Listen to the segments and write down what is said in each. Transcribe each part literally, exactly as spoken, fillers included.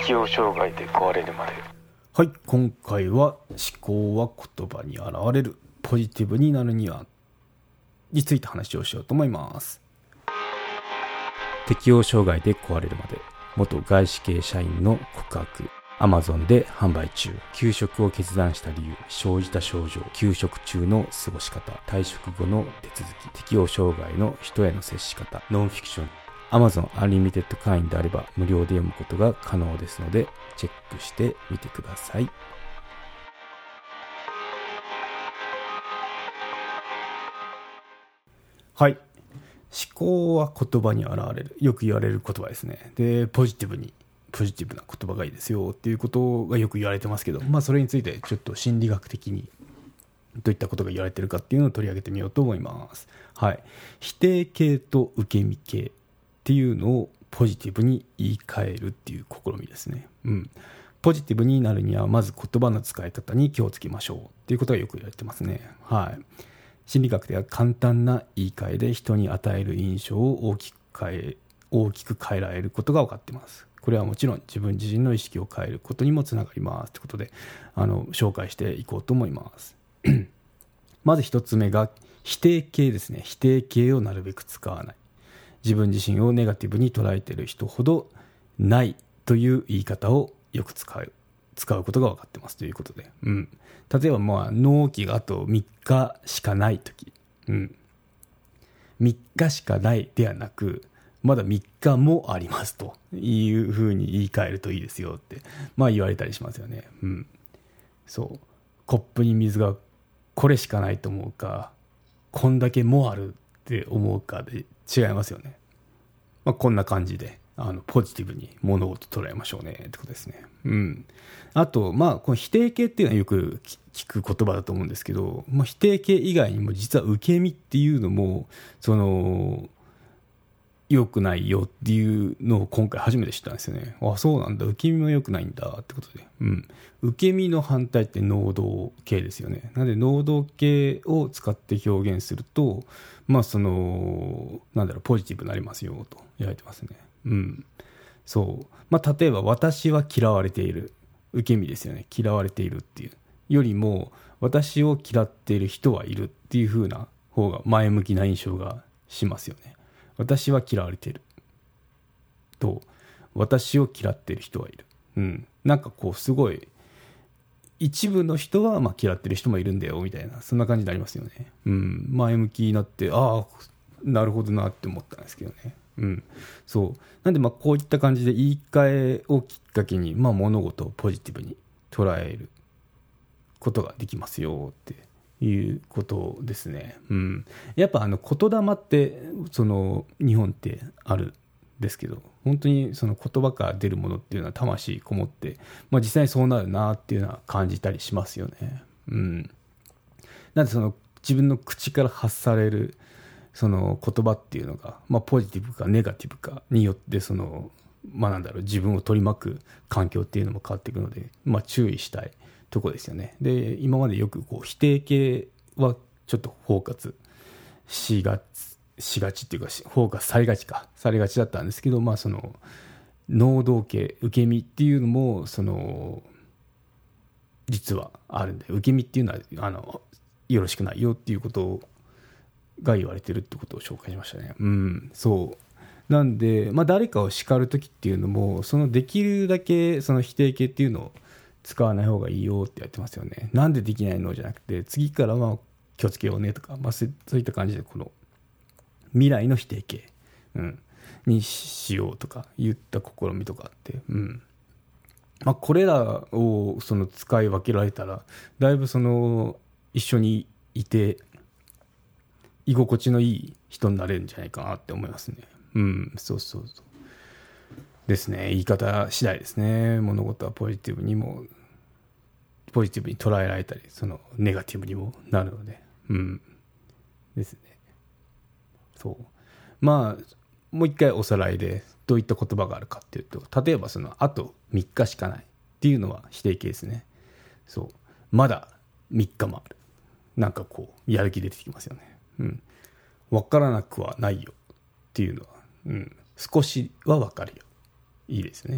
適応障害で壊れるまで。 はい、今回は思考は言葉に現れる、ポジティブになるにはについて話をしようと思います。適応障害で壊れるまで、元外資系社員の告白。Amazon で販売中。休職を決断した理由、生じた症状、休職中の過ごし方、退職後の手続き、適応障害の人への接し方、ノンフィクション。Amazon Unlimited 会員であれば無料で読むことが可能ですので、チェックしてみてください。はい。思考は言葉に現れる。よく言われる言葉ですね。で、ポジティブに、ポジティブな言葉がいいですよっていうことがよく言われてますけど、まあそれについてちょっと心理学的にどういったことが言われているかっていうのを取り上げてみようと思います。はい。否定形と受け身形っていうのをポジティブに言い換えるっていう試みですね。うん。ポジティブになるにはまず言葉の使い方に気をつけましょうっていうことがよく言われてますね。はい。心理学では簡単な言い換えで人に与える印象を大きく変え、大きく変えられることが分かっています。これはもちろん自分自身の意識を変えることにもつながりますということで、あの紹介していこうと思います。まず一つ目が否定形ですね。否定形をなるべく使わない。自分自身をネガティブに捉えている人ほどないという言い方をよく使う使うことが分かってますということで、うん、例えばまあ納期があとみっかしかないとき、うん、みっかしかないではなくまだみっかもありますというふうに言い換えるといいですよってまあ言われたりしますよね。うん、そうコップに水がこれしかないと思うかこんだけもあるって思うかで違いますよね。まあ、こんな感じであのポジティブに物事捉えましょうねってことですね。うん。あとまあこの否定形っていうのはよく聞く言葉だと思うんですけど、まあ、否定形以外にも実は受け身っていうのもその良くないよっていうのを今回初めて知ったんですよね。あ、そうなんだ。受け身も良くないんだってことで。うん。受け身の反対って能動形ですよね。なので能動形を使って表現すると、まあその、なんだろう、ポジティブになりますよと言われてますね。うん。そう。まあ例えば私は嫌われている。受け身ですよね。嫌われているっていう。よりも、私を嫌っている人はいるっていう風な方が前向きな印象がしますよね。私は嫌われていると私を嫌っている人はいる、うん、なんかこうすごい一部の人はまあ嫌ってる人もいるんだよみたいなそんな感じになりますよね、うん、前向きになってああなるほどなって思ったんですけどね、うん、そうなんでまあこういった感じで言い換えをきっかけにまあ物事をポジティブに捉えることができますよっていうことですね。うん、やっぱあの言霊ってその日本ってあるんですけど本当にその言葉から出るものっていうのは魂こもって、まあ、実際にそうなるなっていうのは感じたりしますよね。うん、なんでその自分の口から発されるその言葉っていうのが、まあ、ポジティブかネガティブかによってその、まあ、なんだろう自分を取り巻く環境っていうのも変わっていくので、まあ、注意したいとこですよね。で今までよくこう否定形はちょっとフォーカスしがちしがちっていうかフォーカスされがちかされがちだったんですけど、まあその能動形受け身っていうのもその実はあるんで受け身っていうのはあのよろしくないよっていうことが言われてるってことを紹介しましたね。うん、そうなんで、まあ、誰かを叱る時っていうのもそのできるだけその否定形っていうのを使わない方がいいよってやってますよね。なんでできないのじゃなくて次からは気をつけようねとか、まあ、そういった感じでこの未来の否定形、うん、にしようとか言った試みとかあって、うんまあ、これらをその使い分けられたらだいぶその一緒にいて居心地のいい人になれるんじゃないかなって思いますね。うんそうそうそうですね。言い方次第ですね。物事はポジティブにもポジティブに捉えられたりそのネガティブにもなるので、うんですね。そうまあもう一回おさらいでどういった言葉があるかっていうと、例えばそのあとみっかしかないっていうのは否定形ですね。そうまだみっかもある、なんかこうやる気出てきますよね。うん分からなくはないよっていうのは、うん、少しは分かるよ、いいですね。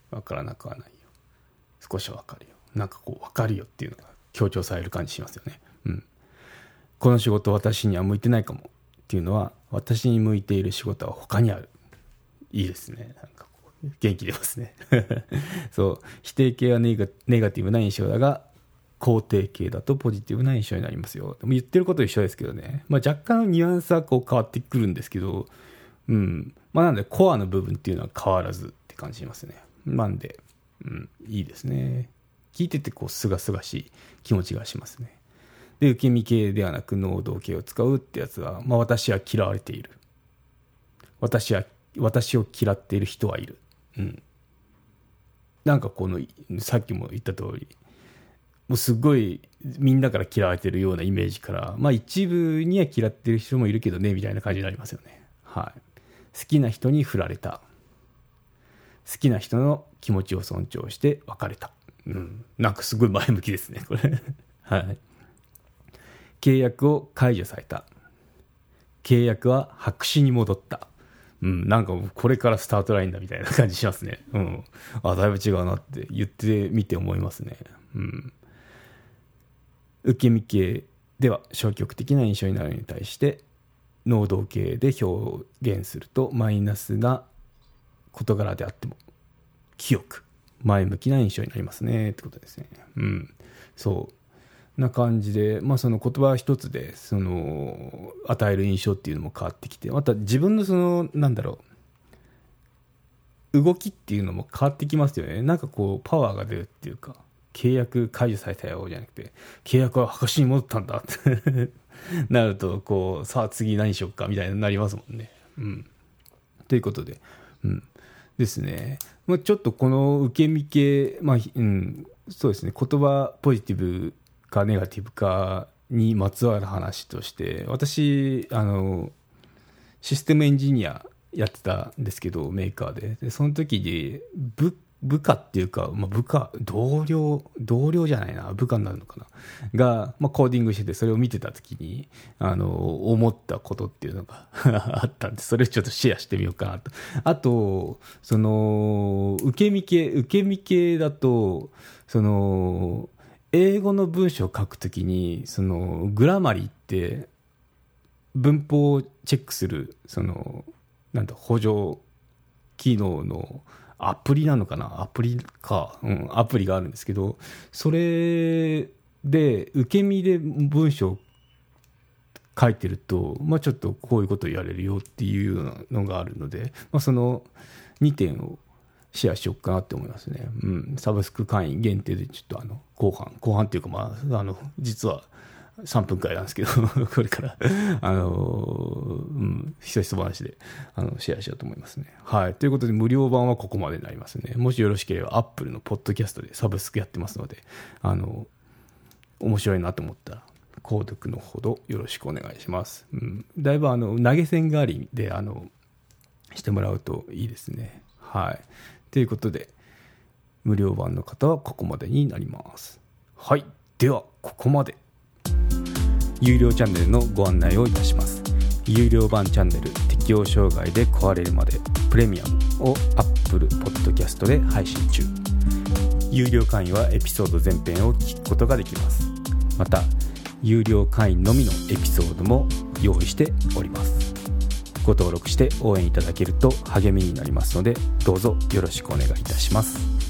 わからなくはないよ。少しはわかるよ。なんかこうわかるよっていうのが強調される感じしますよね。うん。この仕事私には向いてないかもっていうのは、私に向いている仕事は他にある。いいですね。なんかこう元気出ますね。そう。否定形はネガ、ネガティブな印象だが、肯定形だとポジティブな印象になりますよ。でも言ってること一緒ですけどね。まあ若干のニュアンスはこう変わってくるんですけど、うん。まあなんでコアの部分っていうのは変わらずって感じしますね。なんで、うん、いいですね。聞いててこうすがすがしい気持ちがしますね。で、受け身系ではなく能動系を使うってやつは、まあ私は嫌われている。私は、私を嫌っている人はいる。うん。なんかこの、さっきも言った通り、もうすごいみんなから嫌われてるようなイメージから、まあ一部には嫌ってる人もいるけどね、みたいな感じになりますよね。はい。好きな人に振られた。好きな人の気持ちを尊重して別れた。うん。なんかすごい前向きですね、これ。はい。契約を解除された。契約は白紙に戻った。うん、なんかこれからスタートラインだみたいな感じしますね。うん。あ、だいぶ違うなって言ってみて思いますね。うん。受け身系では消極的な印象になるのに対して、能動系で表現するとマイナスな事柄であっても清く前向きな印象になりますねってことですね。うん。そうな感じで、まあその言葉一つでその与える印象っていうのも変わってきて、また自分のそのなんだろう動きっていうのも変わってきますよね。なんかこうパワーが出るっていうか、契約解除されたよじゃなくて、契約は白紙に戻ったんだってなると、こうさあ次何しよっかみたいになりますもんね。うん。ということで、うんですね。まあ、ちょっとこの受け身系、まあうん、そうですね。言葉ポジティブかネガティブかにまつわる話として、私あのシステムエンジニアやってたんですけど、メーカーで、でその時に部部下っていうか、まあ、部下同僚同僚じゃないな部下になるのかなが、まあ、コーディングしてて、それを見てた時にあの思ったことっていうのがあったんで、それをちょっとシェアしてみようかなと。あとその受け身系受け身系だと、その英語の文章を書くときに、そのグラマリーって文法をチェックするそのなんだ補助機能のアプリなのかなアプリか、うん、アプリがあるんですけど、それで受け身で文章を書いてると、まあ、ちょっとこういうことをやれるよっていうようなのがあるので、まあ、そのにてんをシェアしようかなって思いますね。うん、サブスク会員限定でちょっとあの後半後半っていうか、まああの実はさんぷんかんなんですけどこれからあのうん、ひそひそ話であのシェアしようと思いますね。はい。ということで無料版はここまでになりますね。もしよろしければ Apple のポッドキャストでサブスクやってますので、あの面白いなと思ったら購読のほどよろしくお願いします。うん、だいぶあの投げ銭代わりであのしてもらうといいですね。はい。ということで無料版の方はここまでになります。はい。ではここまで。有料チャンネルのご案内をいたします。有料版チャンネル適応障害で壊れるまでプレミアムを Apple Podcast で配信中。有料会員はエピソード全編を聞くことができます。また有料会員のみのエピソードも用意しております。ご登録して応援いただけると励みになりますので、どうぞよろしくお願いいたします。